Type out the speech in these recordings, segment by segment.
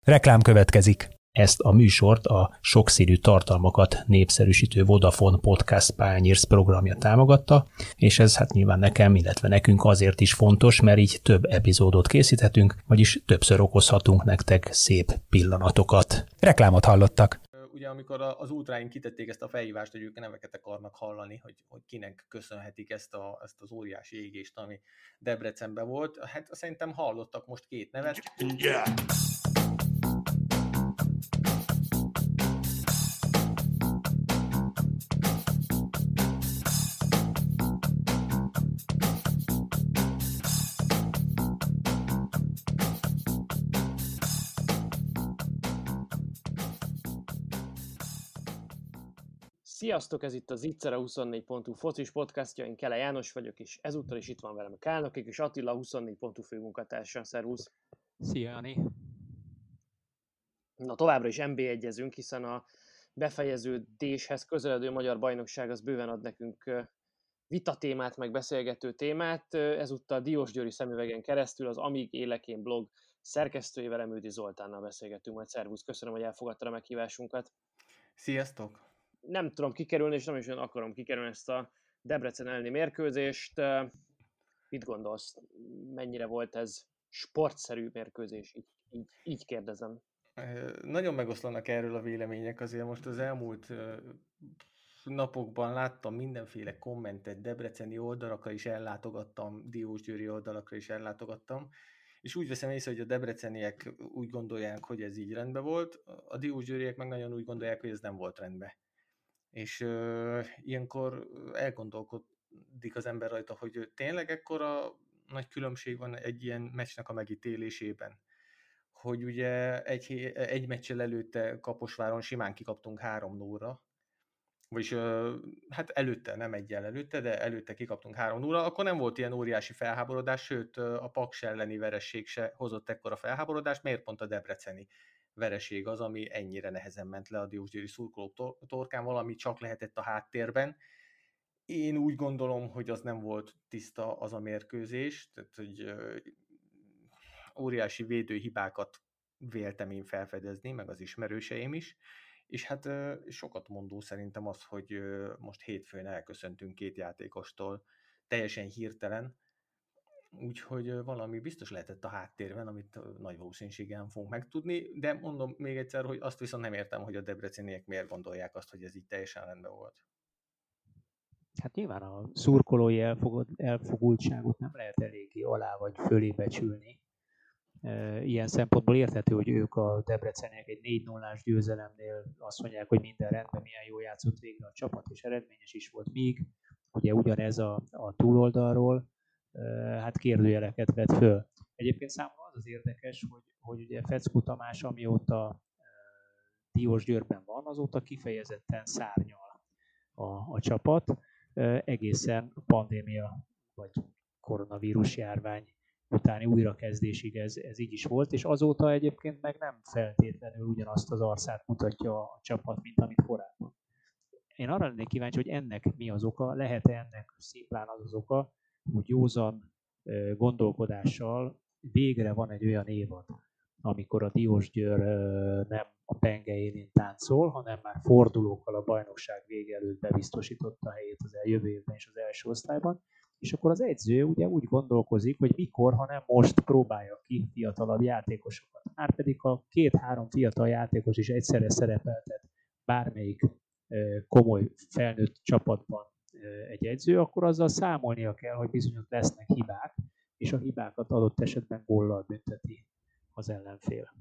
Reklám következik. Ezt a műsort a sokszínű tartalmakat népszerűsítő Vodafone Podcast Pioneers programja támogatta, és ez hát nyilván nekem, illetve nekünk azért is fontos, mert így több epizódot készíthetünk, vagyis többször okozhatunk nektek szép pillanatokat. Reklámot hallottak. Ugye amikor az ultráink kitették ezt a felhívást, hogy ők neveket akarnak hallani, hogy kinek köszönhetik ezt az óriási égést, ami Debrecenben volt, hát szerintem hallottak most két nevet. Yeah. Sziasztok, ez itt az Itzera24.hu focis podcastja, én Kele János vagyok, és ezúttal is itt van velem Kálnokik, és Attila 24.hu főmunkatársa. Szervusz! Szia, Jani! Na, továbbra is NB1-ezünk, hiszen a befejeződéshez közeledő magyar bajnokság az bőven ad nekünk vitatémát, meg beszélgető témát. Ezúttal Diós Győri szemüvegen keresztül az Amíg élek én blog szerkesztőjével, Emődi Zoltánnal beszélgetünk majd. Szervusz, köszönöm, hogy elfogadtad a meghívásunkat. Sziasztok! Nem tudom kikerülni, és nem is olyan akarom kikerülni ezt a Debrecen elleni mérkőzést. Mit gondolsz, mennyire volt ez sportszerű mérkőzés? Így kérdezem. Nagyon megoszlanak erről a vélemények, azért most az elmúlt napokban láttam mindenféle kommentet, debreceni oldalakra is ellátogattam, diósgyőri oldalakra is ellátogattam, és úgy veszem észre, hogy a debreceniek úgy gondolják, hogy ez így rendben volt, a diósgyőriek meg nagyon úgy gondolják, hogy ez nem volt rendben. És ilyenkor elgondolkodik az ember rajta, hogy tényleg ekkora nagy különbség van egy ilyen meccsnek a megítélésében, hogy ugye egy meccsel előtte Kaposváron simán kikaptunk 3-0-ra, vagyis hát előtte, nem eggyel előtte, de előtte kikaptunk 3-0-ra, akkor nem volt ilyen óriási felháborodás, sőt a Paks elleni veresség se hozott ekkora felháborodást, miért pont a debreceni vereség az, ami ennyire nehezen ment le a diósgyőri szurkolók torkán, valami csak lehetett a háttérben. Én úgy gondolom, hogy az nem volt tiszta az a mérkőzés, tehát hogy óriási védőhibákat véltem én felfedezni, meg az ismerőseim is, és hát sokat mondó szerintem az, hogy most hétfőn elköszöntünk két játékostól, teljesen hirtelen, úgyhogy valami biztos lehetett a háttérben, amit nagy valószínűséggel nem fogunk megtudni, de mondom még egyszer, hogy azt viszont nem értem, hogy a debreceniek miért gondolják azt, hogy ez így teljesen rendben volt. Hát nyilván a szurkolói elfogultságot nem lehet eléggé alá vagy fölé becsülni. Ilyen szempontból érthető, hogy ők a debreceniek egy 4-0-ás győzelemnél azt mondják, hogy minden rendben, milyen jól játszott végre a csapat, és eredményes is volt, míg ugye ugyanez a túloldalról hát kérdőjeleket vet föl. Egyébként számomra az érdekes, hogy ugye Feckó Tamás, amióta Diósgyőrben van, azóta kifejezetten szárnyal a csapat, egészen a pandémia vagy koronavírus járvány utáni újrakezdésig ez így is volt, és azóta egyébként meg nem feltétlenül ugyanazt az arcát mutatja a csapat, mint amit korábban. Én arra lennék kíváncsi, hogy ennek mi az oka, lehet-e ennek szimplán az oka, hogy józan gondolkodással végre van egy olyan évad, amikor a Diósgyőr nem a penge élén táncol, hanem már fordulókkal a bajnokság vége előtt bebiztosította a helyét az jövő évben és az első osztályban, és akkor az edző ugye úgy gondolkozik, hogy mikor, ha nem most próbálja ki fiatalabb játékosokat. Márpedig a 2-3 fiatal játékos is egyszerre szerepeltet bármelyik komoly felnőtt csapatban egy edző, akkor azzal számolnia kell, hogy bizonyos lesznek hibák, és a hibákat adott esetben góllal bünteti az ellenfél.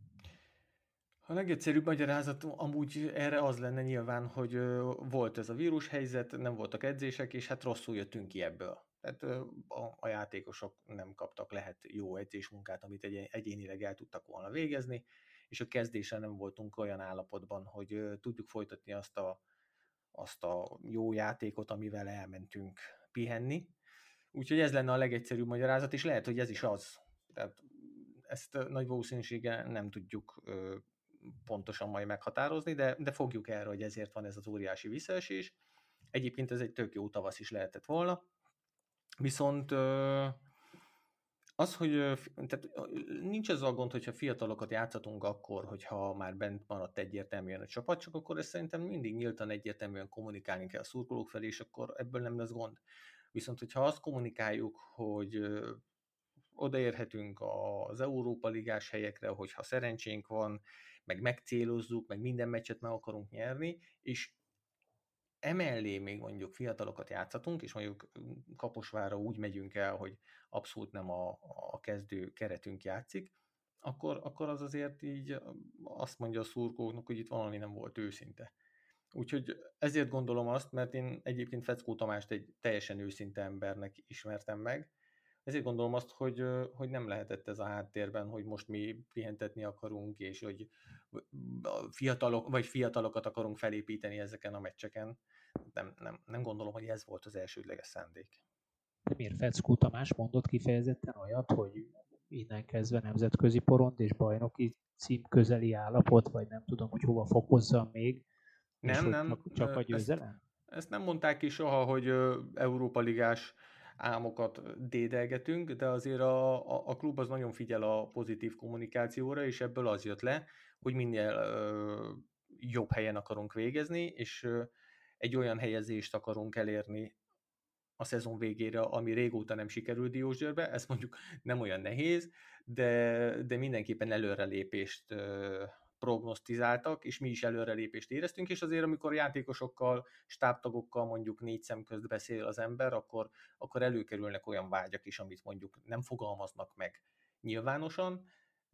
A legegyszerűbb magyarázat amúgy erre az lenne nyilván, hogy volt ez a vírushelyzet, nem voltak edzések, és hát rosszul jöttünk ki ebből. Tehát a játékosok nem kaptak lehet jó edzésmunkát, amit egyénileg el tudtak volna végezni, és a kezdésre nem voltunk olyan állapotban, hogy tudjuk folytatni azt a jó játékot, amivel elmentünk pihenni. Úgyhogy ez lenne a legegyszerűbb magyarázat, és lehet, hogy ez is az. Tehát ezt nagy valószínűséggel nem tudjuk pontosan majd meghatározni, de fogjuk erre, hogy ezért van ez az óriási visszaesés. Egyébként ez egy tök jó tavasz is lehetett volna. Viszont Az, hogy tehát nincs ez a gond, hogyha fiatalokat játszatunk akkor, hogyha már bent maradt egyértelműen a csapat, csak akkor ezt szerintem mindig nyíltan egyértelműen kommunikálni kell a szurkolók felé, és akkor ebből nem lesz gond. Viszont, hogyha azt kommunikáljuk, hogy odaérhetünk az Európa Ligás helyekre, hogyha szerencsénk van, meg megcélozzuk, meg minden meccset meg akarunk nyerni, és emellé még mondjuk fiatalokat játszhatunk, és mondjuk Kaposvárra úgy megyünk el, hogy abszolút nem a kezdő keretünk játszik, akkor az azért így azt mondja a szurkolóknak, hogy itt valami nem volt őszinte. Úgyhogy ezért gondolom azt, mert én egyébként Feckó Tamást egy teljesen őszinte embernek ismertem meg, ezért gondolom azt, hogy nem lehetett ez a háttérben, hogy most mi pihentetni akarunk, és hogy fiatalokat akarunk felépíteni ezeken a meccseken. Nem gondolom, hogy ez volt az elsődleges szándék. De miért Feckó Tamás mondott kifejezetten olyat, hogy innen kezdve nemzetközi porond és bajnoki cím közeli állapot, vagy nem tudom, hogy hova fokozzam még, és Nem, csak a győzelem? Ezt nem mondták ki soha, hogy Európa Ligás álmokat dédelgetünk, de azért a klub az nagyon figyel a pozitív kommunikációra, és ebből az jött le, hogy minél jobb helyen akarunk végezni, és egy olyan helyezést akarunk elérni a szezon végére, ami régóta nem sikerült Diósgyőrbe, ez mondjuk nem olyan nehéz, de mindenképpen előrelépést prognosztizáltak, és mi is előrelépést éreztünk, és azért amikor játékosokkal, stábtagokkal mondjuk 4 szem közt beszél az ember, akkor előkerülnek olyan vágyak is, amit mondjuk nem fogalmaznak meg nyilvánosan,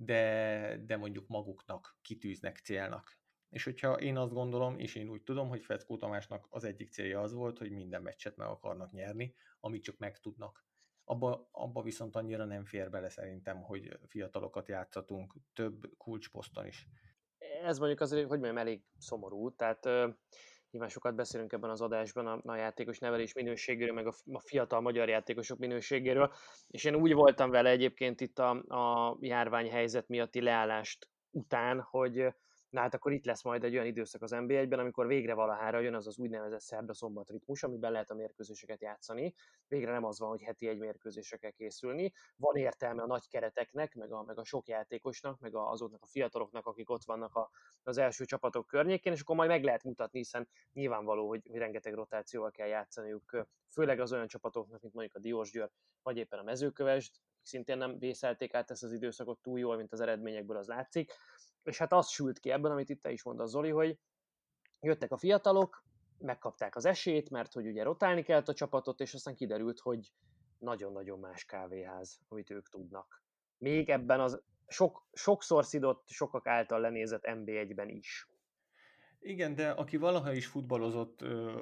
de mondjuk maguknak kitűznek célnak. És hogyha én azt gondolom, és én úgy tudom, hogy Feckó Tamásnak az egyik célja az volt, hogy minden meccset meg akarnak nyerni, amit csak meg tudnak. Abba viszont annyira nem fér bele szerintem, hogy fiatalokat játszatunk több kulcsposzton is. Ez mondjuk azért, hogy mondjam, elég szomorú, tehát nyilván sokat beszélünk ebben az adásban a játékos nevelés minőségéről, meg a fiatal magyar játékosok minőségéről, és én úgy voltam vele egyébként itt a járványhelyzet miatti leállást után, hogy na hát akkor itt lesz majd egy olyan időszak az NB1-ben, amikor végre valahára jön az az úgynevezett szerda-szombat ritmus, amiben lehet a mérkőzéseket játszani. Végre nem az van, hogy heti egy mérkőzésre kell készülni. Van értelme a nagy kereteknek, meg a sok játékosnak, meg azoknak a fiataloknak, akik ott vannak az első csapatok környékén, és akkor majd meg lehet mutatni, hiszen nyilvánvaló, hogy rengeteg rotációval kell játszaniuk, főleg az olyan csapatoknak, mint mondjuk a Diósgyőr, vagy éppen a Mezőkövesd, szintén nem vészelték át ezt az időszakot túl jól, mint az eredményekből az látszik. És hát az sült ki ebben, amit itt te is mondasz, Zoli, hogy jöttek a fiatalok, megkapták az esélyt, mert hogy ugye rotálni kellett a csapatot, és aztán kiderült, hogy nagyon-nagyon más kávéház, amit ők tudnak. Még ebben az sokszor szidott, sokak által lenézett NB1-ben is. Igen, de aki valaha is futballozott,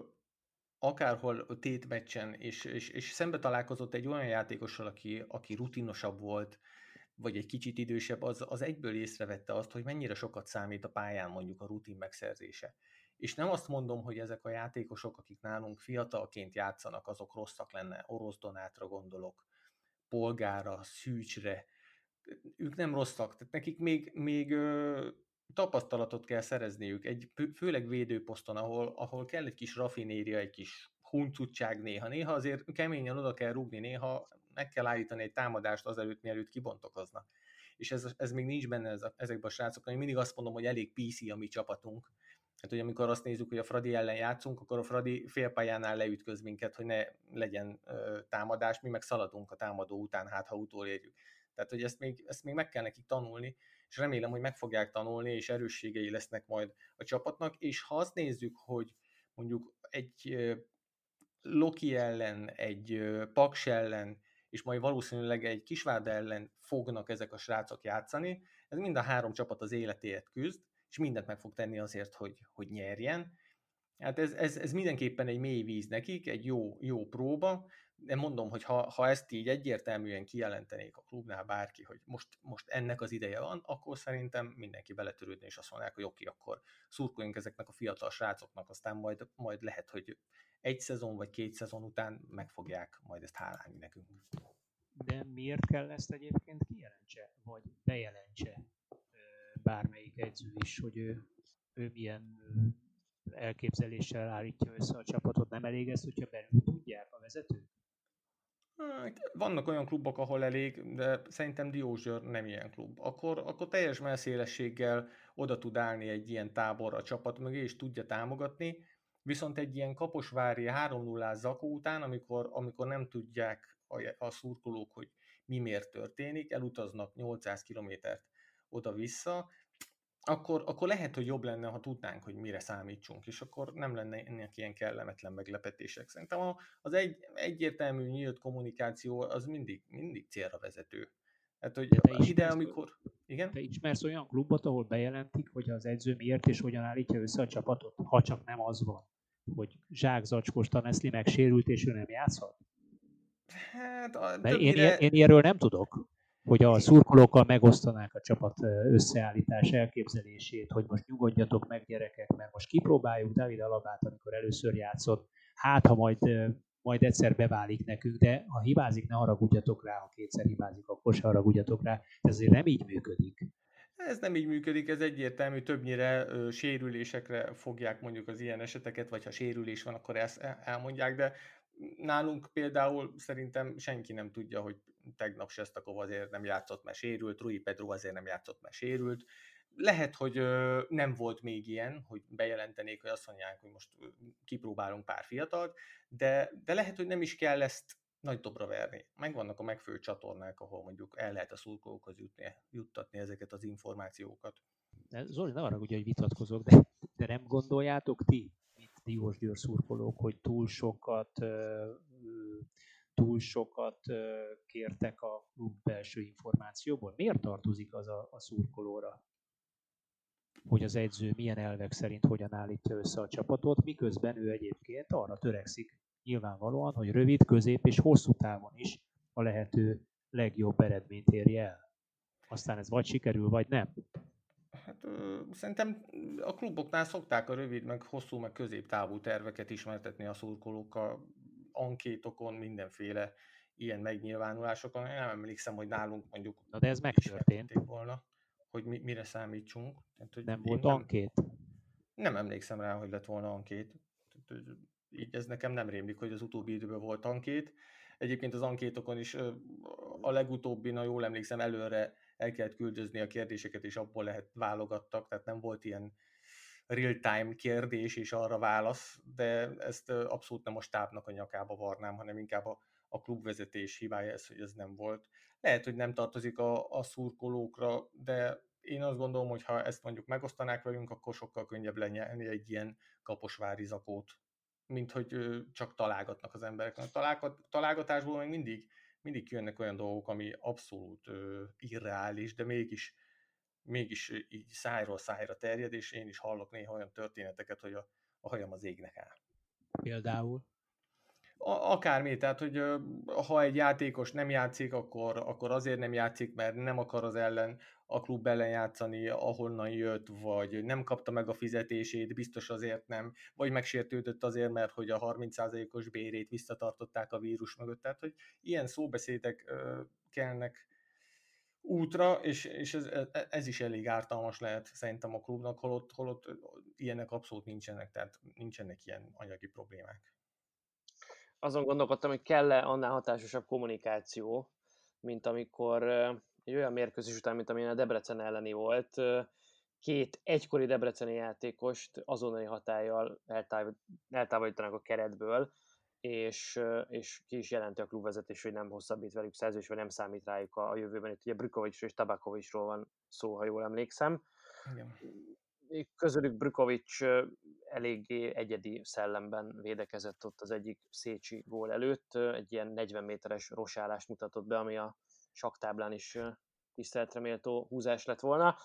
akárhol tétmeccsen, és szembe találkozott egy olyan játékossal, aki rutinosabb volt, vagy egy kicsit idősebb, az egyből észrevette azt, hogy mennyire sokat számít a pályán mondjuk a rutin megszerzése. És nem azt mondom, hogy ezek a játékosok, akik nálunk fiatalként játszanak, azok rosszak lenne. Orosz Donátra gondolok, Polgára, Szűcsre. Ők nem rosszak, tehát nekik még tapasztalatot kell szerezniük, főleg védőposzton, ahol kell egy kis rafinéria, egy kis huncutság néha azért keményen oda kell rúgni, néha meg kell állítani egy támadást azelőtt, mielőtt kibontakozna. És ez még nincs benne ezekben a srácokban. Én mindig azt mondom, hogy elég PC a mi csapatunk. Hát, hogy amikor azt nézzük, hogy a Fradi ellen játszunk, akkor a Fradi félpályánál leütköz minket, hogy ne legyen támadás, mi meg szaladunk a támadó után, hát ha utolérjük. Tehát, hogy ezt még meg kell nekik tanulni, és remélem, hogy meg fogják tanulni, és erősségei lesznek majd a csapatnak, és ha azt nézzük, hogy mondjuk egy Loki ellen, egy Paks ellen, és majd valószínűleg egy Kisvárda ellen fognak ezek a srácok játszani, ez mind a 3 csapat az életéért küzd, és mindent meg fog tenni azért, hogy nyerjen. Hát ez mindenképpen egy mély víz nekik, egy jó próba, de mondom, hogy ha ezt így egyértelműen kijelentenék a klubnál bárki, hogy most ennek az ideje van, akkor szerintem mindenki beletörődne, és azt mondják, hogy oké, akkor szurkoljunk ezeknek a fiatal srácoknak, aztán majd lehet, hogy 1 szezon vagy 2 szezon után meg fogják majd ezt hálálni nekünk. De miért kell ezt egyébként kijelentse, vagy bejelentse bármelyik edző is, hogy ő milyen elképzeléssel állítja össze a csapatot? Nem elég ez, hogyha belül tudják a vezetők? Vannak olyan klubok, ahol elég, de szerintem Diósgyőr nem ilyen klub. Akkor teljes mellszélességgel oda tud állni egy ilyen tábor a csapat mögé, és tudja támogatni, viszont egy ilyen kaposvári 3-0 zakó után, amikor nem tudják a szurkolók, hogy mi miért történik, elutaznak 800 kilométert oda-vissza, akkor lehet, hogy jobb lenne, ha tudnánk, hogy mire számítsunk, és akkor nem lenne ennek ilyen kellemetlen meglepetések. Szerintem az egyértelmű nyílt kommunikáció az mindig célra vezető. Hát, hogy amikor... Igen? Te ismersz olyan klubot, ahol bejelentik, hogy az edző miért és hogyan állítja össze a csapatot, ha csak nem az van, hogy Zsák-Zacskos Taneszli megsérült, és ő nem játszhat? Hát, én ilyenről nem tudok, hogy a szurkolókkal megosztanák a csapat összeállítás elképzelését, hogy most nyugodjatok meg gyerekek, mert most kipróbáljuk Dávid Alabát, amikor először játszott, hát ha majd egyszer beválik nekünk, de ha hibázik, ne haragudjatok rá, ha kétszer hibázik, akkor se haragudjatok rá. Ez azért nem így működik. Ez nem így működik, ez egyértelmű, többnyire sérülésekre fogják mondjuk az ilyen eseteket, vagy ha sérülés van, akkor ezt elmondják, de nálunk például szerintem senki nem tudja, hogy tegnap Sestakov azért nem játszott, mert sérült, Rui Pedro azért nem játszott, mert sérült. Lehet, hogy nem volt még ilyen, hogy bejelentenék, hogy azt mondják, hogy most kipróbálunk pár fiatalt, de lehet, hogy nem is kell ezt nagy dobra verni. Megvannak a megfelelő csatornák, ahol mondjuk el lehet a szurkolókhoz juttatni ezeket az információkat. Zoli, ne arra ugye, hogy vitatkozok, de nem gondoljátok ti, mint Diósgyőr szurkolók, hogy túl sokat kértek a klub belső információból? Miért tartozik az a szurkolóra, hogy az edző milyen elvek szerint hogyan állítja össze a csapatot, miközben ő egyébként arra törekszik nyilvánvalóan, hogy rövid, közép és hosszú távon is a lehető legjobb eredményt érje el. Aztán ez vagy sikerül, vagy nem. Hát szerintem a kluboknál szokták a rövid, meg hosszú, meg középtávú terveket ismertetni a szurkolókkal, ankétokon, mindenféle ilyen megnyilvánulásokon. Én nem emlékszem, hogy nálunk mondjuk... Na de ez megtörtént. Volna, hogy mire számítsunk. Tehát, hogy nem volt ankét? Nem emlékszem rá, hogy lett volna ankét. Tehát, így ez nekem nem rémlik, hogy az utóbbi időben volt ankét. Egyébként az ankétokon is a legutóbbi, jól emlékszem, előre el kellett küldözni a kérdéseket, és abból lehet válogattak, tehát nem volt ilyen real-time kérdés és arra válasz, de ezt abszolút nem a stábnak a nyakába varnám, hanem inkább a klubvezetés hibája ez, hogy ez nem volt. Lehet, hogy nem tartozik a szurkolókra, de én azt gondolom, hogy ha ezt mondjuk megosztanák velünk, akkor sokkal könnyebb lenyelni egy ilyen kaposvári zakót, mint hogy csak találgatnak az emberek. A találgatásból meg mindig jönnek olyan dolgok, ami abszolút irreális, de mégis így szájról szájra terjed, és én is hallok néha olyan történeteket, hogy a hajam az égnek áll. Például? Akármi, tehát, hogy ha egy játékos nem játszik, akkor azért nem játszik, mert nem akar a klub ellen játszani, ahonnan jött, vagy nem kapta meg a fizetését, biztos azért nem, vagy megsértődött azért, mert hogy a 30%-os bérét visszatartották a vírus mögött. Tehát, hogy ilyen szóbeszédek kellnek útra, és ez is elég ártalmas lehet szerintem a klubnak, holott ilyenek abszolút nincsenek, tehát nincsenek ilyen anyagi problémák. Azon gondolkodtam, hogy kell-e annál hatásosabb kommunikáció, mint amikor egy olyan mérkőzés után, mint amilyen a Debrecen elleni volt, két egykori debreceni játékost azonnali hatállyal eltávolítanak a keretből, és ki is jelenti a klubvezetés, hogy nem hosszabbít velük szerződést, vagy nem számít rájuk a jövőben. Itt ugye Brkovicsról és Tabakovicsról van szó, ha jól emlékszem. Igen. Közülük Brkovics eléggé egyedi szellemben védekezett ott az egyik Szécsi gól előtt. Egy ilyen 40 méteres rosálást mutatott be, ami a saktáblán is tiszteletre méltó húzás lett volna.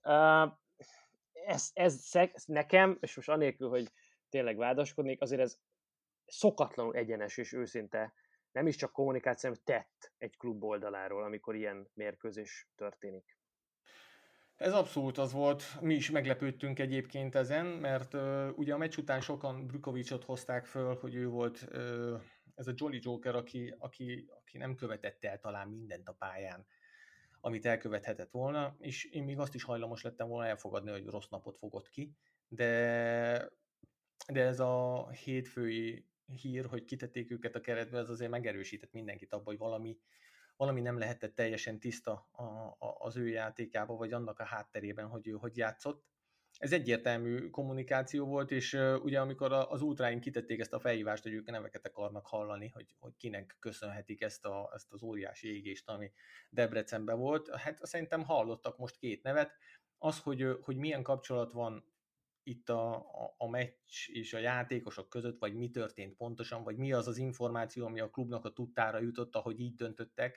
Ez nekem, és most anélkül, hogy tényleg vádaskodnék, azért ez szokatlanul egyenes és őszinte, nem is csak kommunikáció, hanem tett egy klub oldaláról, amikor ilyen mérkőzés történik. Ez abszolút az volt, mi is meglepődtünk egyébként ezen, mert ugye a meccs után sokan Brkovicsot hozták föl, hogy ő volt ez a Jolly Joker, aki nem követett el talán mindent a pályán, amit elkövethetett volna, és én még azt is hajlamos lettem volna elfogadni, hogy rossz napot fogott ki, de ez a hétfői hír, hogy kitették őket a keretbe, az azért megerősített mindenkit abban, hogy valami nem lehetett teljesen tiszta az ő játékába, vagy annak a hátterében, hogy ő hogy játszott. Ez egyértelmű kommunikáció volt, és ugye amikor az ultráink kitették ezt a felhívást, hogy ők neveket akarnak hallani, hogy kinek köszönhetik ezt az óriási égést, ami Debrecenben volt, hát szerintem hallottak most két nevet. Az, hogy milyen kapcsolat van itt a meccs és a játékosok között, vagy mi történt pontosan, vagy mi az az információ, ami a klubnak a tudtára jutott, hogy így döntöttek,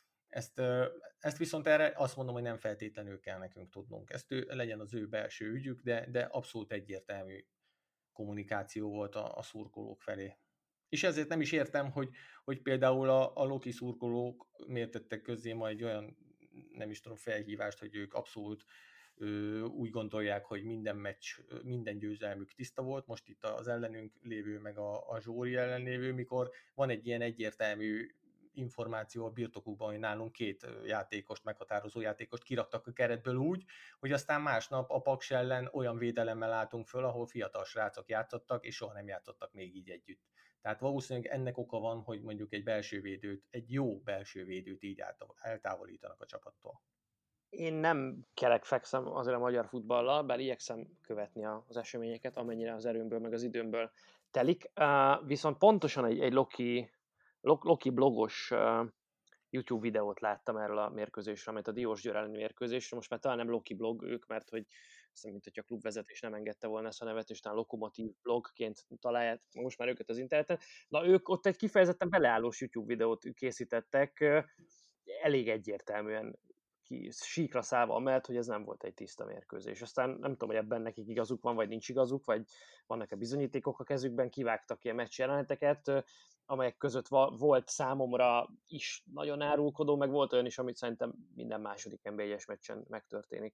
ezt viszont erre azt mondom, hogy nem feltétlenül kell nekünk tudnunk. Ezt legyen az ő belső ügyük, de abszolút egyértelmű kommunikáció volt a szurkolók felé. És ezért nem is értem, hogy például a Loki szurkolók miért tettek közzé majd olyan, nem is tudom, felhívást, hogy ők abszolút úgy gondolják, hogy minden meccs, minden győzelmük tiszta volt, most itt az ellenünk lévő, meg a Zsóri ellen lévő, mikor van egy ilyen egyértelmű információ a birtokukban, hogy nálunk két játékost, meghatározó játékost kiraktak a keretből úgy, hogy aztán másnap a Paks ellen olyan védelemmel álltunk föl, ahol fiatal srácok játszottak, és soha nem játszottak még így együtt. Tehát valószínűleg ennek oka van, hogy mondjuk egy jó belső védőt így eltávolítanak a csapattól. Én nem kerekfekszem azért a magyar futballal, bár igyekszem követni az eseményeket, amennyire az erőmből, meg az időmből telik. Viszont pontosan egy Loki blogos YouTube videót láttam erről a mérkőzésről, amit a Diósgyőr elleni mérkőzésről. Most már talán nem Loki blog ők, mert hogy mint hogy a klubvezetés nem engedte volna ezt a nevet, és talán Lokomotív blogként találják most már őket az interneten. Na, ők ott egy kifejezetten beleállós YouTube videót készítettek, elég egyértelműen síkra szállva amellett, hogy ez nem volt egy tiszta mérkőzés. Aztán nem tudom, hogy ebben nekik igazuk van, vagy nincs igazuk, vagy vannak-e bizonyítékok a kezükben, kivágtak ilyen meccs jeleneteket, amelyek között volt számomra is nagyon árulkodó, meg volt olyan is, amit szerintem minden második NB1-es meccsen megtörténik.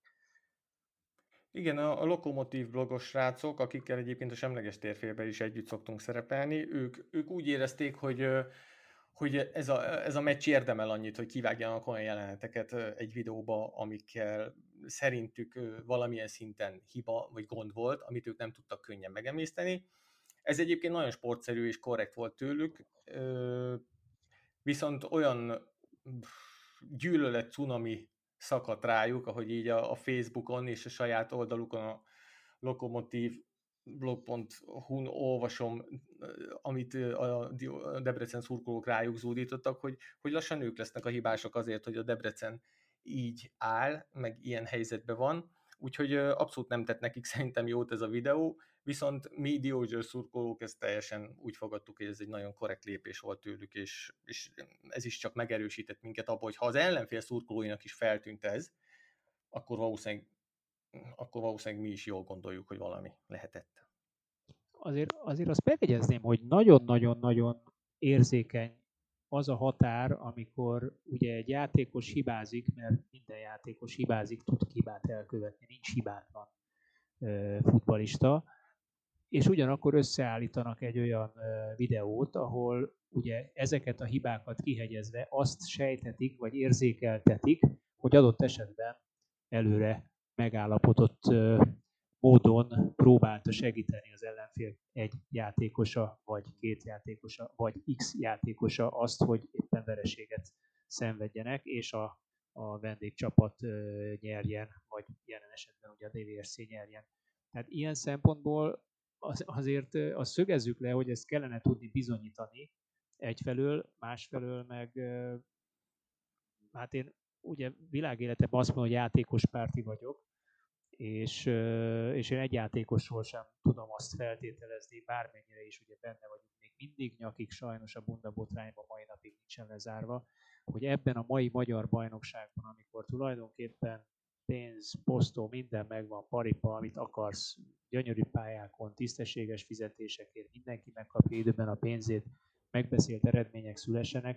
Igen, a Lokomotív blogos srácok, akikkel egyébként a semleges térfélben is együtt szoktunk szerepelni, ők úgy érezték, hogy ez a meccs érdemel annyit, hogy kivágjanak olyan jeleneteket egy videóba, amikkel szerintük valamilyen szinten hiba vagy gond volt, amit ők nem tudtak könnyen megemészteni. Ez egyébként nagyon sportszerű és korrekt volt tőlük, viszont olyan gyűlölet cunami szakadt rájuk, ahogy így a Facebookon és a saját oldalukon a Lokomotív blog.hu-n olvasom, amit a Debrecen szurkolók rájuk zúdítottak, hogy lassan ők lesznek a hibások azért, hogy a Debrecen így áll, meg ilyen helyzetben van. Úgyhogy abszolút nem tett nekik szerintem jót ez a videó, viszont mi Diósgyőr szurkolók ezt teljesen úgy fogadtuk, hogy ez egy nagyon korrekt lépés volt tőlük, és ez is csak megerősített minket abban, hogy ha az ellenfél szurkolóinak is feltűnt ez, akkor valószínűleg mi is jól gondoljuk, hogy valami lehetett. Azért azt megjegyezném, hogy nagyon-nagyon-nagyon érzékeny az a határ, amikor ugye egy játékos hibázik, mert minden játékos hibázik, tud hibát elkövetni, nincs hibátlan futballista, és ugyanakkor összeállítanak egy olyan videót, ahol ugye ezeket a hibákat kihegyezve azt sejtetik, vagy érzékeltetik, hogy adott esetben előre megállapodott módon próbálta segíteni az ellenfél egy játékosa, vagy két játékosa, vagy X játékosa azt, hogy éppen vereséget szenvedjenek, és a vendégcsapat nyerjen, vagy jelen esetben ugye a DVSC nyerjen. Tehát ilyen szempontból azért azt szögezzük le, hogy ezt kellene tudni bizonyítani egyfelől, másfelől meg hát én ugye világéletemben azt mondom, hogy játékospárti vagyok, és én egy játékosról sem tudom azt feltételezni, bármennyire is ugye benne vagyunk még mindig nyakig, sajnos a Bunda botrányban mai napig nincsen lezárva, hogy ebben a mai magyar bajnokságban, amikor tulajdonképpen pénz, posztó, minden megvan, paripa, amit akarsz, gyönyörű pályákon, tisztességes fizetésekért, mindenki megkapja időben a pénzét, megbeszélt eredmények szülessenek.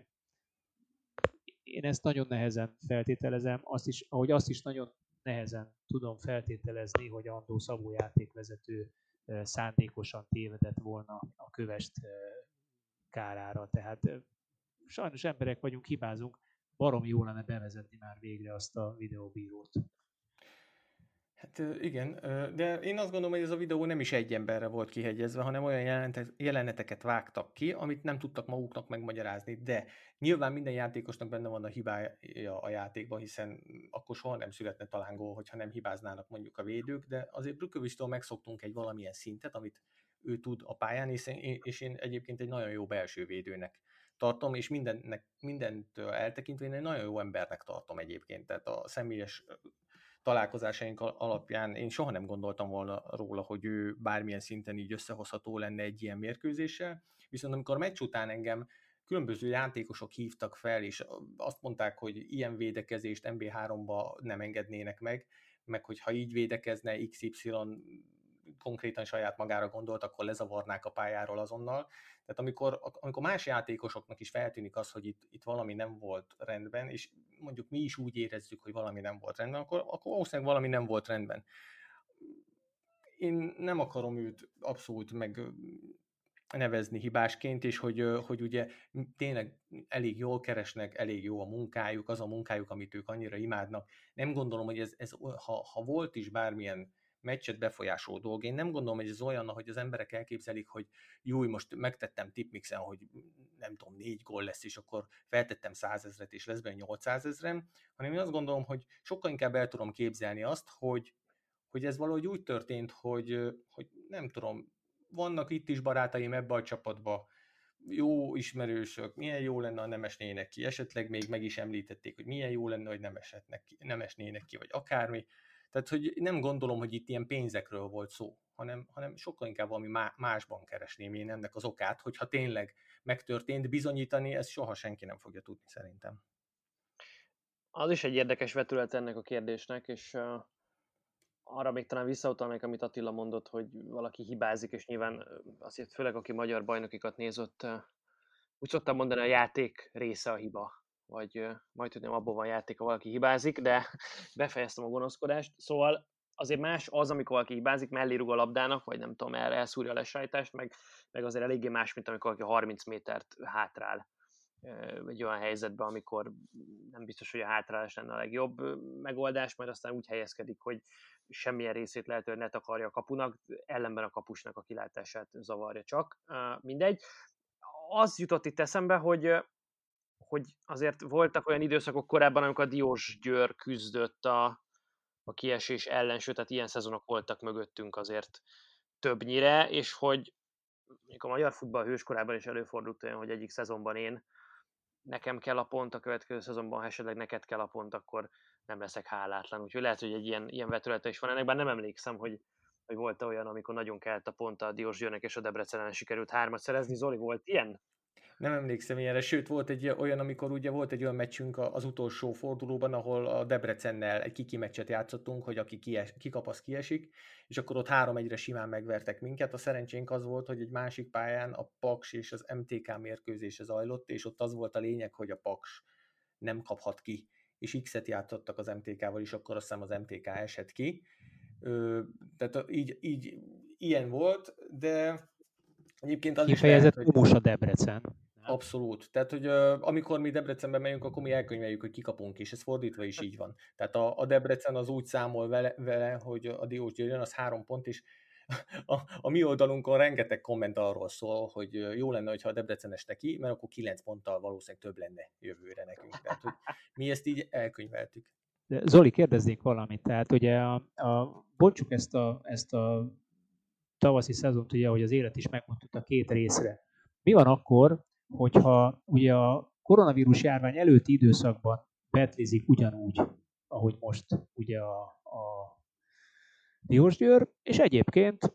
Én ezt nagyon nehezen feltételezem, azt is nagyon nehezen tudom feltételezni, hogy Andó Szabó játékvezető szándékosan tévedett volna a Kövest kárára. Tehát sajnos emberek vagyunk, hibázunk, barom jó lenne bevezetni már végre azt a videóbírót. Hát igen, de én azt gondolom, hogy ez a videó nem is egy emberre volt kihegyezve, hanem olyan jeleneteket vágtak ki, amit nem tudtak maguknak megmagyarázni, de nyilván minden játékosnak benne van a hibája a játékban, hiszen akkor soha nem születne talán gól, hogyha nem hibáznának mondjuk a védők, de azért Brükkövicstől megszoktunk egy valamilyen szintet, amit ő tud a pályán, és én egyébként egy nagyon jó belső védőnek tartom, és mindentől eltekintve én egy nagyon jó embernek tartom egyébként, tehát a személyes találkozásaink alapján én soha nem gondoltam volna róla, hogy ő bármilyen szinten így összehozható lenne egy ilyen mérkőzéssel, viszont amikor meccs után engem különböző játékosok hívtak fel, és azt mondták, hogy ilyen védekezést MB3-ba nem engednének meg hogy ha így védekezne XY konkrétan saját magára gondolt, akkor lezavarnák a pályáról azonnal. Tehát amikor más játékosoknak is feltűnik az, hogy itt valami nem volt rendben, és mondjuk mi is úgy érezzük, hogy valami nem volt rendben, akkor valószínűleg valami nem volt rendben. Én nem akarom őt abszolút megnevezni hibásként, és hogy ugye tényleg elég jól keresnek, elég jó a munkájuk, az a munkájuk, amit ők annyira imádnak. Nem gondolom, hogy ez ha volt is bármilyen meccset befolyásoló dolog. Én nem gondolom, hogy ez olyan, hogy az emberek elképzelik, hogy jó, most megtettem tipmixen, hogy nem tudom, 4 gól lesz, és akkor feltettem 100 000-et, és lesz benne 800 000, hanem én azt gondolom, hogy sokkal inkább el tudom képzelni azt, hogy ez valahogy úgy történt, hogy nem tudom, vannak itt is barátaim ebbe a csapatba, jó ismerősök, milyen jó lenne, ha nem esnének ki, esetleg még meg is említették, hogy milyen jó lenne, hogy nem esnének ki, vagy akármi. Tehát, hogy nem gondolom, hogy itt ilyen pénzekről volt szó, hanem sokkal inkább valami másban keresném én ennek az okát, hogyha tényleg megtörtént, bizonyítani, ezt soha senki nem fogja tudni szerintem. Az is egy érdekes vetület ennek a kérdésnek, és arra még talán visszautalnék, amit Attila mondott, hogy valaki hibázik, és nyilván azért főleg aki magyar bajnokikat nézott, úgy szoktam mondani, a játék része a hiba, vagy majd tudnám, abban van játék, ha valaki hibázik, de befejeztem a gonoszkodást. Szóval azért más az, amikor valaki hibázik, mellé rúg a labdának, vagy nem tudom, elszúrja a lesajtást, meg azért eléggé más, mint amikor valaki 30 métert hátrál egy olyan helyzetben, amikor nem biztos, hogy a hátrálás lenne a legjobb megoldás, majd aztán úgy helyezkedik, hogy semmilyen részét lehetően ne takarja a kapunak, ellenben a kapusnak a kilátását zavarja csak. Mindegy. Az jutott itt eszembe, hogy azért voltak olyan időszakok korábban, amikor a Diósgyőr küzdött a kiesés ellen, sőt, tehát ilyen szezonok voltak mögöttünk azért többnyire, és hogy a magyar futball hőskorában is előfordult olyan, hogy egyik szezonban nekem kell a pont, a következő szezonban, ha esetleg neked kell a pont, akkor nem leszek hálátlan. Úgyhogy lehet, hogy egy ilyen vetülete is van ennek, bár nem emlékszem, hogy volt olyan, amikor nagyon kellett a pont a Diósgyőrnek és a Debrecenen sikerült 3-at szerezni. Zoli, volt ilyen? Nem emlékszem ilyenre, sőt volt egy olyan, amikor ugye volt egy olyan meccsünk az utolsó fordulóban, ahol a Debrecennel egy kiki meccset játszottunk, hogy aki kikap, az kiesik, és akkor ott 3-1-re simán megvertek minket. A szerencsénk az volt, hogy egy másik pályán a Paks és az MTK mérkőzése zajlott, és ott az volt a lényeg, hogy a Paks nem kaphat ki, és X-et játszottak az MTK-val is, akkor azt hiszem az MTK esett ki. Tehát így ilyen volt, de egyébként az kifejezett humus a Debrecen. Abszolút. Tehát, hogy amikor mi Debrecenbe megyünk, akkor mi elkönyveljük, hogy kikapunk, és ez fordítva is így van. Tehát a Debrecen az úgy számol vele, hogy a Diósgyőr jön, az 3 pont, és a mi oldalunkon rengeteg komment arról szól, hogy jó lenne, hogyha a Debrecen este ki, mert akkor 9 ponttal valószínűleg több lenne jövőre nekünk. Tehát, hogy mi ezt így elkönyveltük. De Zoli, kérdeznék valamit. Tehát ugye bontsuk ezt a tavaszi szezont, ugye, ahogy az élet is megmondtuk a 2 részre. Mi van akkor, hogyha ugye a koronavírus járvány előtti időszakban betlizik ugyanúgy, ahogy most ugye a Diósgyőr, és egyébként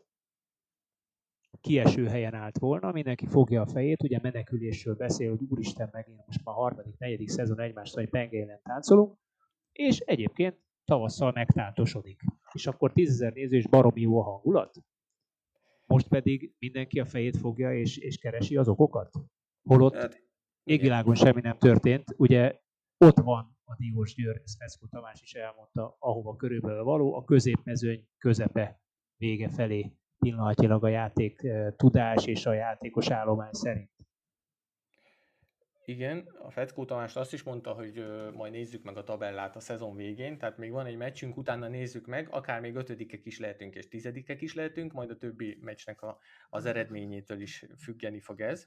kieső helyen állt volna, mindenki fogja a fejét, ugye menekülésről beszél, hogy úristen, megint most már 3., 4. szezon egymást, hogy pengélen táncolunk, és egyébként tavasszal megtáltosodik. És akkor 10 000 néző és baromi jó a hangulat. Most pedig mindenki a fejét fogja és keresi az okokat. Holott égvilágon semmi nem történt. Ugye ott van a Diósgyőr, ezt Feszkó Tamás is elmondta, ahova körülbelül való, a középmezőny közepe vége felé pillanatnyilag a játék tudás és a játékos állomány szerint. Igen, a Feckó Tamás azt is mondta, hogy majd nézzük meg a tabellát a szezon végén, tehát még van egy meccsünk, utána nézzük meg, akár még 5-ek is lehetünk és 10-ek is lehetünk, majd a többi meccsnek az eredményétől is függeni fog ez.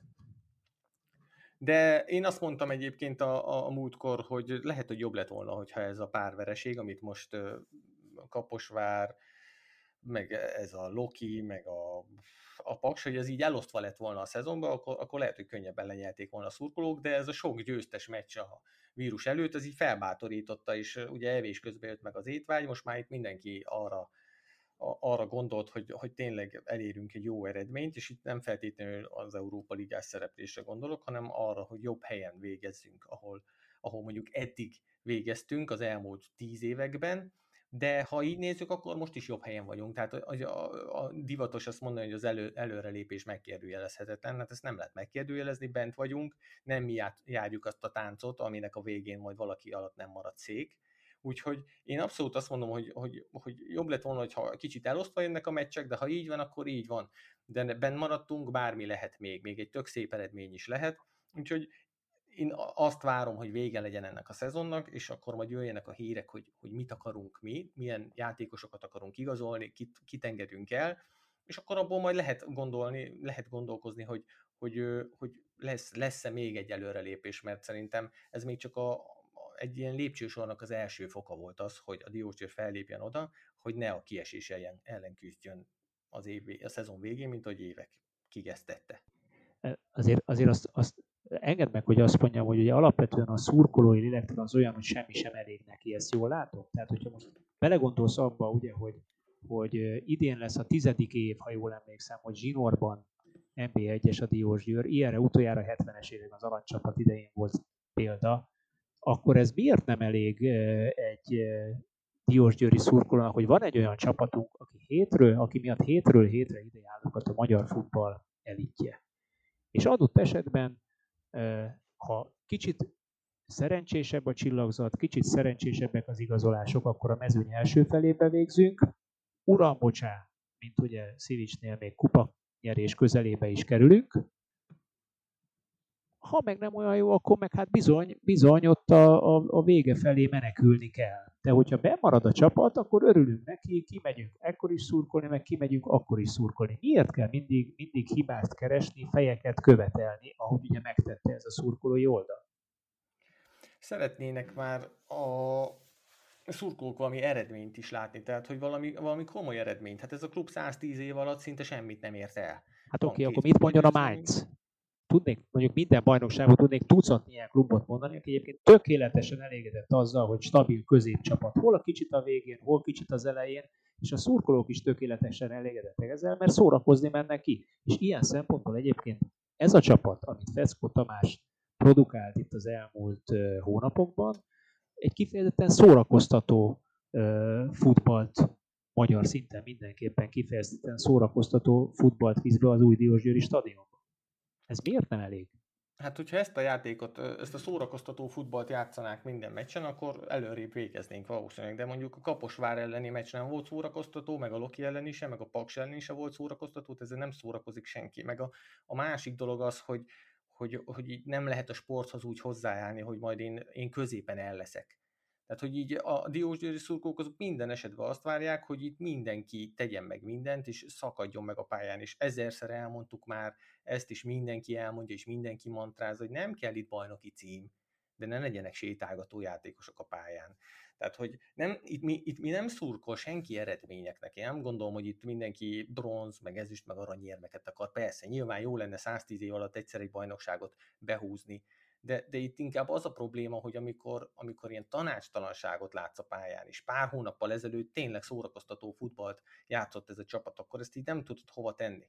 De én azt mondtam egyébként a múltkor, hogy lehet, hogy jobb lett volna, hogyha ez a pár vereség, amit most Kaposvár, meg ez a Loki, meg a Paks, hogy ez így elosztva lett volna a szezonban, akkor lehet, hogy könnyebben lenyelték volna a szurkolók, de ez a sok győztes meccs a vírus előtt, ez így felbátorította, és ugye evés közben jött meg az étvágy, most már itt mindenki arra gondolt, hogy tényleg elérünk egy jó eredményt, és itt nem feltétlenül az Európa Ligás szereplésre gondolok, hanem arra, hogy jobb helyen végezzünk, ahol mondjuk eddig végeztünk az elmúlt 10 években, de ha így nézzük, akkor most is jobb helyen vagyunk. Tehát a divatos azt mondani, hogy az előrelépés megkérdőjelezhetetlen, hát ezt nem lehet megkérdőjelezni, bent vagyunk, nem mi járjuk azt a táncot, aminek a végén majd valaki alatt nem marad szék. Úgyhogy én abszolút azt mondom, hogy jobb lett volna, ha kicsit elosztva jönnek a meccsek, de ha így van, akkor így van. De benn maradtunk, bármi lehet még egy tök szép eredmény is lehet. Úgyhogy én azt várom, hogy vége legyen ennek a szezonnak, és akkor majd jöjjenek a hírek, hogy mit akarunk mi, milyen játékosokat akarunk igazolni, kit engedünk el, és akkor abból majd lehet gondolkozni, hogy lesz-e még egy előrelépés, mert szerintem ez még csak egy ilyen lépcsősornak az első foka volt az, hogy a Diósgyőr fellépjen oda, hogy ne a kiesés ellen küzdjön a szezon végén, mint ahogy évekig ezt tette. Azért azt engedd meg, hogy azt mondjam, hogy ugye alapvetően a szurkolói lélektan az olyan, hogy semmi sem elég neki, ezt jól látom? Tehát, hogyha most belegondolsz abba, ugye, hogy idén lesz a 10. év, ha jól emlékszem, hogy zsinórban NB1-es a Diósgyőr, ilyenre utoljára 70-es évek az aranycsapat idején volt példa, akkor ez miért nem elég egy diósgyőri szurkolónak, hogy van egy olyan csapatunk, aki miatt hétről hétre ide járnak a magyar futball elitje. És adott esetben, ha kicsit szerencsésebb a csillagzat, kicsit szerencsésebbek az igazolások, akkor a mezőny első felébe végzünk. Uram, bocsá, mint ugye Szivicsnél még kupa nyerés közelébe is kerülünk. Ha meg nem olyan jó, akkor meg hát bizony ott a vége felé menekülni kell. De hogyha bemarad a csapat, akkor örülünk neki, kimegyünk ekkor is szurkolni, meg kimegyünk akkor is szurkolni. Miért kell mindig hibást keresni, fejeket követelni, ahogy ugye megtette ez a szurkolói oldal? Szeretnének már a szurkolók valami eredményt is látni, tehát hogy valami komoly eredményt. Hát ez a klub 110 év alatt szinte semmit nem ért el. Hát oké, akkor mit mondjon a Mainz? Tudnék, mondjuk minden bajnokságot tudnék tucatnyi ilyen klubot mondani, aki egyébként tökéletesen elégedett azzal, hogy stabil középcsapat, hol a kicsit a végén, hol kicsit az elején, és a szurkolók is tökéletesen elégedettek ezzel, mert szórakozni mennek ki. És ilyen szempontból egyébként ez a csapat, amit Feckó Tamás produkált itt az elmúlt hónapokban, egy kifejezetten szórakoztató futballt, magyar szinten mindenképpen kifejezetten szórakoztató futballt visz be az új Diósgyőri stadionba. Ez miért nem elég? Hát, hogyha ezt a játékot, ezt a szórakoztató futballt játszanák minden meccsen, akkor előrébb végeznénk valószínűleg, de mondjuk a Kaposvár elleni meccs nem volt szórakoztató, meg a Loki elleni sem, meg a Paks elleni sem volt szórakoztató, ezzel nem szórakozik senki. Meg a másik dolog az, hogy így nem lehet a sporthoz úgy hozzájárni, hogy majd én középen el leszek. Tehát, hogy így a diósgyőri szurkolók azok minden esetben azt várják, hogy itt mindenki tegyen meg mindent, és szakadjon meg a pályán, és ezerszer elmondtuk már, ezt is mindenki elmondja, és mindenki mantráz, hogy nem kell itt bajnoki cím, de ne legyenek sétálgató játékosok a pályán. Tehát, hogy itt mi nem szurkol senki eredményeknek. Én nem gondolom, hogy itt mindenki bronz, meg ezüst, meg aranyérmeket akar. Persze, nyilván jó lenne 110 év alatt egyszer egy bajnokságot behúzni, de itt inkább az a probléma, hogy amikor ilyen tanácstalanságot látsz a pályán, és pár hónappal ezelőtt tényleg szórakoztató futballt játszott ez a csapat, akkor ezt így nem tudod hova tenni.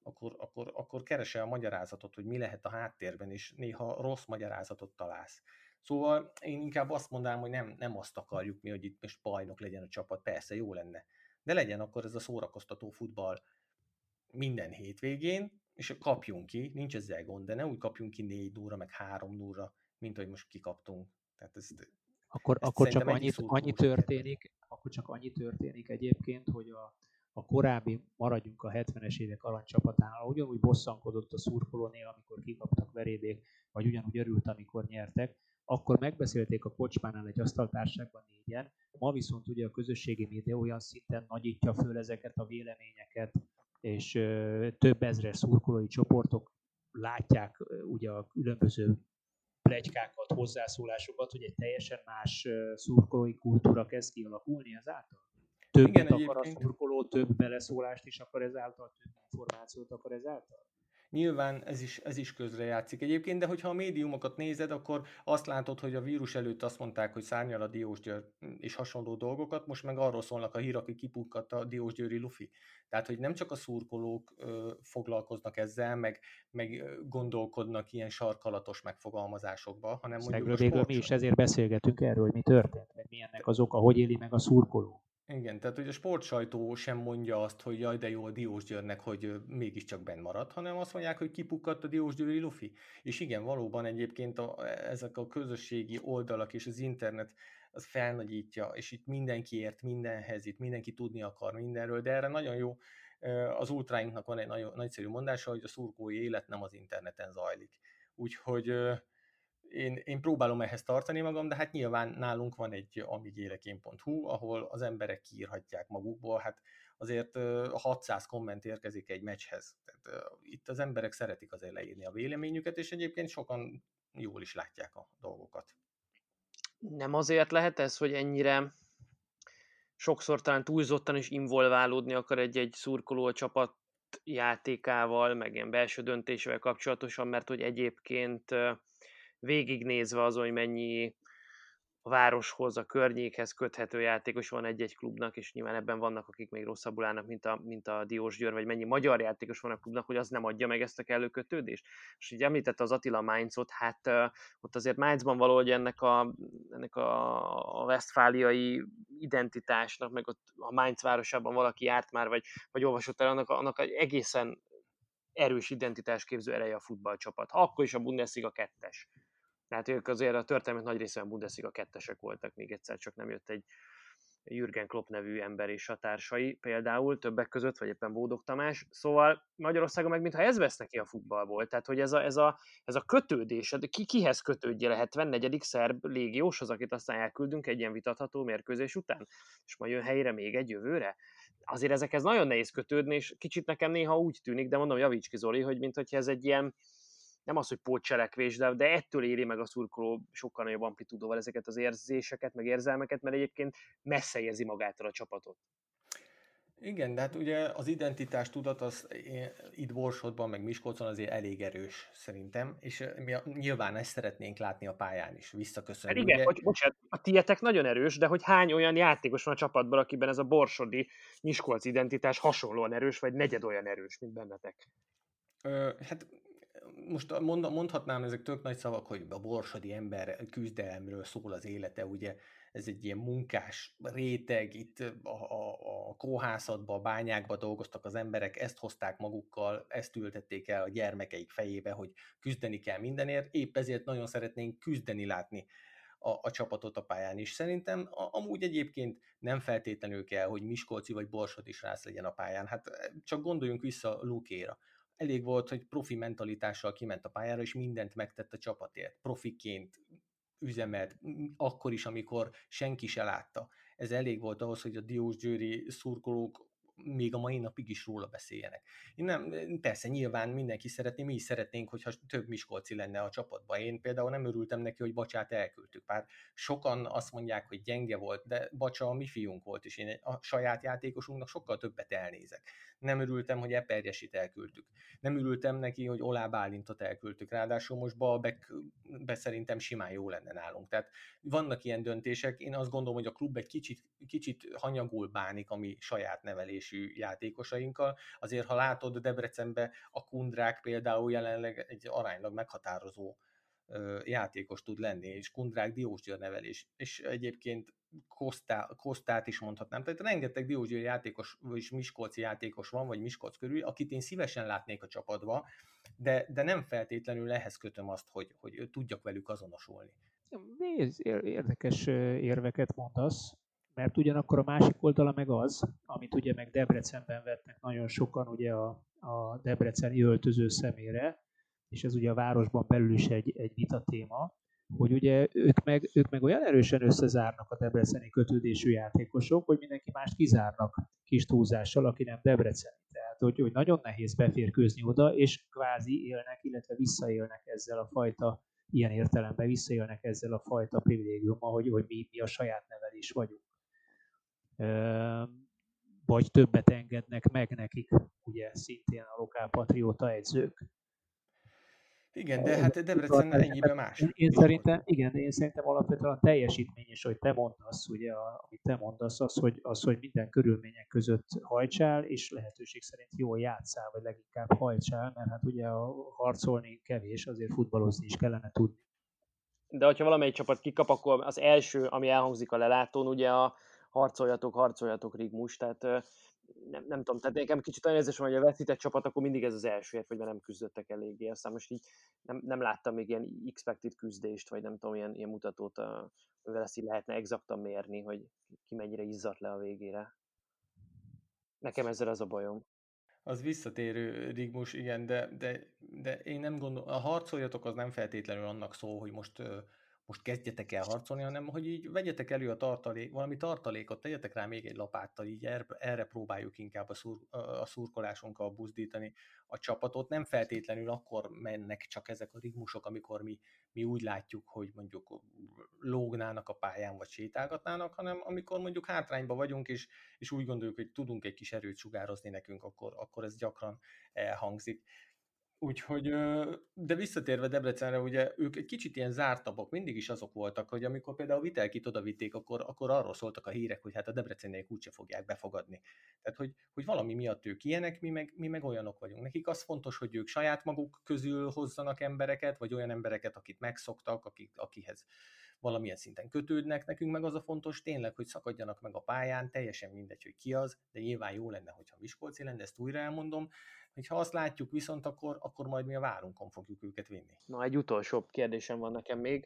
Akkor keresel a magyarázatot, hogy mi lehet a háttérben, és néha rossz magyarázatot találsz. Szóval én inkább azt mondanám, hogy nem azt akarjuk mi, hogy itt most bajnok legyen a csapat, persze jó lenne, de legyen akkor ez a szórakoztató futball minden hétvégén, és kapjunk ki, nincs ezzel gond, de ne úgy kapjunk ki 4-0-ra, meg 3-0-ra, mint ahogy most kikaptunk. Tehát akkor csak annyi történik egyébként, hogy a korábbi, maradjunk a 70-es évek aranycsapatánál, ugyanúgy bosszankodott a szurkolónél, amikor kikaptak verébék, vagy ugyanúgy örült, amikor nyertek, akkor megbeszélték a kocsmánál egy asztaltárságban négyen, ma viszont ugye a közösségi média olyan szinten nagyítja föl ezeket a véleményeket, és több ezres szurkolói csoportok látják ugye a különböző pletykákat, hozzászólásokat, hogy egy teljesen más szurkolói kultúra kezd kialakulni ezáltal? Többet akar a szurkoló, több beleszólást is akar ezáltal, több információt akar ezáltal? Nyilván ez is közrejátszik egyébként, de hogyha a médiumokat nézed, akkor azt látod, hogy a vírus előtt azt mondták, hogy szárnyal a Diósgyőr és hasonló dolgokat, most meg arról szólnak a hírek, hogy kipukkadt a diósgyőri lufi. Tehát, hogy nem csak a szurkolók foglalkoznak ezzel, meg gondolkodnak ilyen sarkalatos megfogalmazásokba, hanem mondjuk a sport. Mi is ezért beszélgetünk erről, hogy mi történt, meg mi ennek az oka, hogy éli meg a szurkoló. Igen, tehát hogy a sportsajtó sem mondja azt, hogy jaj, de jó a Diósgyőrnek, hogy mégiscsak benn maradt, hanem azt mondják, hogy kipukkadt a diósgyőri lufi. És igen, valóban egyébként ezek a közösségi oldalak és az internet az felnagyítja, és itt mindenki ért mindenhez, itt mindenki tudni akar mindenről, de erre nagyon jó, az ultráinknak van egy nagyon nagyszerű mondása, hogy a szurkolói élet nem az interneten zajlik. Úgyhogy én próbálom ehhez tartani magam, de hát nyilván nálunk van egy amigélekén.hu, ahol az emberek kiírhatják magukból, hát azért 600 komment érkezik egy meccshez. Tehát itt az emberek szeretik azért leírni a véleményüket, és egyébként sokan jól is látják a dolgokat. Nem azért lehet ez, hogy ennyire sokszor talán túlzottan is involválódni akar egy szurkoló a csapat játékával, meg ilyen belső döntésével kapcsolatosan, mert hogy egyébként végignézve azon, hogy mennyi a városhoz, a környékhez köthető játékos van egy-egy klubnak, és nyilván ebben vannak, akik még rosszabbul állnak, mint a Diósgyőr, vagy mennyi magyar játékos van a klubnak, hogy az nem adja meg ezt a kellő kötődést. És így említette az Attila Mainzot, hát ott azért Mainzban valahogy ennek a westfáliai identitásnak, meg ott a Mainz városában valaki járt már, vagy olvasott el, annak egészen erős identitásképző ereje a futballcsapat. Ha akkor is a Bundesliga 2-es. Tehát ők azért a történet nagy részében Bundesliga 2-esek voltak, még egyszer csak nem jött egy Jürgen Klopp nevű ember és a társai például többek között, vagy éppen Bódog Tamás. Szóval Magyarországon meg mintha ez vesz neki a futballból. Tehát, hogy ez a kötődés, kihez kötődje a 74. szerb légióshoz, akit aztán elküldünk egy ilyen vitatható mérkőzés után, és majd jön helyre még egy jövőre. Azért ezekhez nagyon nehéz kötődni, és kicsit nekem néha úgy tűnik, de mondom, javíts ki Zoli, hogy mintha ez egy ilyen, nem az, hogy pótcselekvés, de ettől éri meg a szurkoló sokkal nagyobb amplitúdóval ezeket az érzéseket, meg érzelmeket, mert egyébként messze érzi magától a csapatot. Igen, de hát ugye az identitás tudat az itt Borsodban, meg Miskolcon azért elég erős szerintem, és mi nyilván ezt szeretnénk látni a pályán is, visszaköszönni. Igen, hogy bocsánat, a tietek nagyon erős, de hogy hány olyan játékos van a csapatban, akiben ez a borsodi Miskolc identitás hasonlóan erős, vagy negyed olyan erős, mint bennetek? Hát most mondhatnám, ezek tök nagy szavak, hogy a borsodi ember küzdelemről szól az élete, ugye ez egy ilyen munkás réteg, itt a kóhászatban, a bányákban dolgoztak az emberek, ezt hozták magukkal, ezt ültették el a gyermekeik fejébe, hogy küzdeni kell mindenért, épp ezért nagyon szeretnénk küzdeni látni a csapatot a pályán is. Szerintem amúgy egyébként nem feltétlenül kell, hogy miskolci vagy borsodi srác legyen a pályán, hát csak gondoljunk vissza Lukéra. Elég volt, hogy profi mentalitással kiment a pályára, és mindent megtett a csapatért. Profiként üzemelt, akkor is, amikor senki se látta. Ez elég volt ahhoz, hogy a diósgyőri szurkolók még a mai napig is róla beszéljenek. Persze nyilván mindenki szeretné, mi is szeretnénk, hogyha több miskolci lenne a csapatban. Én például nem örültem neki, hogy Bacsát elküldtük. Bár sokan azt mondják, hogy gyenge volt, de Bacsa a mi fiunk volt, és én a saját játékosunknak sokkal többet elnézek. Nem örültem, hogy Eperjesit elküldtük. Nem örültem neki, hogy Olá Bálintot elküldtük. Ráadásul most Balbekbe szerintem simán jó lenne nálunk. Tehát vannak ilyen döntések. Én azt gondolom, hogy a klub egy kicsit hanyagul bánik a mi saját nevelésű játékosainkkal. Azért, ha látod Debrecenbe, a Kundrák például jelenleg egy aránylag meghatározó játékos tud lenni, és Kundrák Diósgyőr nevelés, és egyébként Kosztát is mondhatnám, tehát rengeteg Diósgyőr játékos, vagy miskolci játékos van, vagy Miskolc körül, akit én szívesen látnék a csapatba, de nem feltétlenül ehhez kötöm azt, hogy tudjak velük azonosulni. Érdekes érveket mondasz, Mert ugyanakkor a másik oldala meg az, amit ugye meg Debrecenben vetnek nagyon sokan ugye a debreceni öltöző szemére, és ez ugye a városban belül is egy vitatéma, hogy ugye ők meg olyan erősen összezárnak a debreceni kötődésű játékosok, hogy mindenki mást kizárnak kis túlzással, aki nem debreceni. Tehát, hogy nagyon nehéz beférkőzni oda, és kvázi élnek, illetve visszaélnek ezzel a fajta, ilyen értelemben visszaélnek ezzel a fajta privilégiummal, hogy mi a saját nevelés vagyunk. Vagy többet engednek meg nekik, ugye szintén a lokálpatrióta edzők. Igen, de hát Debrecen ennyiben más. Én szerintem alapvetően a teljesítmény is, hogy te mondasz, ugye, amit te mondasz, az, hogy minden körülmények között hajtsál, és lehetőség szerint jól játszál, vagy leginkább hajtsál, mert hát ugye harcolni kevés, azért futballozni is kellene tudni. De hogyha valamelyik csapat kikap, akkor az első, ami elhangzik a lelátón, ugye a harcoljatok Rigmus, tehát nem tudom, tehát nekem kicsit olyan érzésem, hogy a veszített csapat, akkor mindig ez az elsőért, vagy nem küzdöttek eléggé. Aztán most így nem láttam még ilyen expected küzdést, vagy nem tudom, ilyen mutatót, amivel ezt így lehetne exaktan mérni, hogy ki mennyire izzadt le a végére. Nekem ezzel az a bajom. Az visszatérő Rigmus, igen, de én nem gondolom, a harcoljatok az nem feltétlenül annak szól, hogy most kezdjetek el harcolni, hanem hogy így vegyetek elő valami tartalékot, tegyetek rá még egy lapáttal, így erre próbáljuk inkább a szurkolásunkkal buzdítani a csapatot. Nem feltétlenül akkor mennek csak ezek a rigmusok, amikor mi úgy látjuk, hogy mondjuk lógnának a pályán, vagy sétálgatnának, hanem amikor mondjuk hátrányban vagyunk, és úgy gondoljuk, hogy tudunk egy kis erőt sugározni nekünk, akkor ez gyakran elhangzik. Úgyhogy, de visszatérve Debrecenre, ugye ők egy kicsit ilyen zártabbak, mindig is azok voltak, hogy amikor például Vitelkit odavitték, akkor arról szóltak a hírek, hogy hát a debreceniek úgyse fogják befogadni. Tehát, hogy valami miatt ők ilyenek, mi meg olyanok vagyunk. Nekik az fontos, hogy ők saját maguk közül hozzanak embereket, vagy olyan embereket, akit megszoktak, akihez valamilyen szinten kötődnek. Nekünk meg az a fontos tényleg, hogy szakadjanak meg a pályán, teljesen mindegy, hogy ki az, de nyilván jó lenne, hogyha Miskolci lenne, ezt újra elmondom, hogy ha azt látjuk viszont, akkor majd mi a várunkon fogjuk őket vinni. Na, egy utolsó kérdésem van nekem még.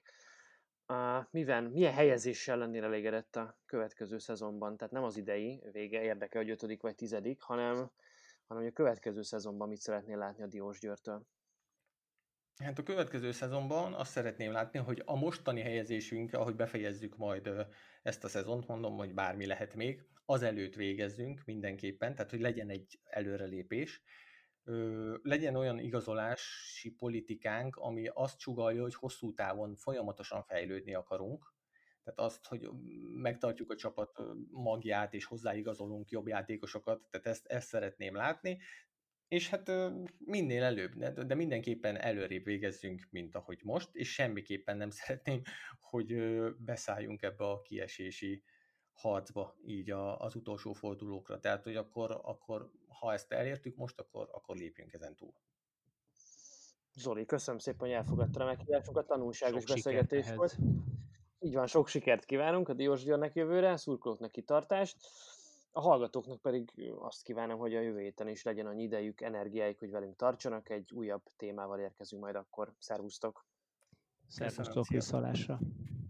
Milyen helyezéssel lennél elégedett a következő szezonban? Tehát nem az idei vége érdekel, hogy 5. vagy 10., hanem hogy a következő szezonban mit szeretnél látni a Diósgyőrtől? Hát a következő szezonban azt szeretném látni, hogy a mostani helyezésünk, ahogy befejezzük majd ezt a szezont, mondom, hogy bármi lehet még, azelőtt végezzünk mindenképpen, tehát hogy legyen egy előrelépés, legyen olyan igazolási politikánk, ami azt sugallja, hogy hosszú távon folyamatosan fejlődni akarunk, tehát azt, hogy megtartjuk a csapat magját, és hozzáigazolunk jobb játékosokat, tehát ezt szeretném látni, és hát minél előbb, de mindenképpen előrébb végezzünk, mint ahogy most, és semmiképpen nem szeretném, hogy beszálljunk ebbe a kiesési harcba így az utolsó fordulókra. Tehát, hogy akkor ha ezt elértük most, akkor lépjünk ezen túl. Zoli, köszönöm szépen, hogy elfogadta a meghívásunkat, tanulságos Sok beszélgetés volt. Így van, sok sikert kívánunk a Diósgyőrnek jövőre, szurkolóknak kitartást, a hallgatóknak pedig azt kívánom, hogy a jövő héten is legyen annyi idejük, energiájuk, hogy velünk tartsanak, egy újabb témával érkezünk majd akkor. Szervusztok! Szervusztok, viszontlátásra!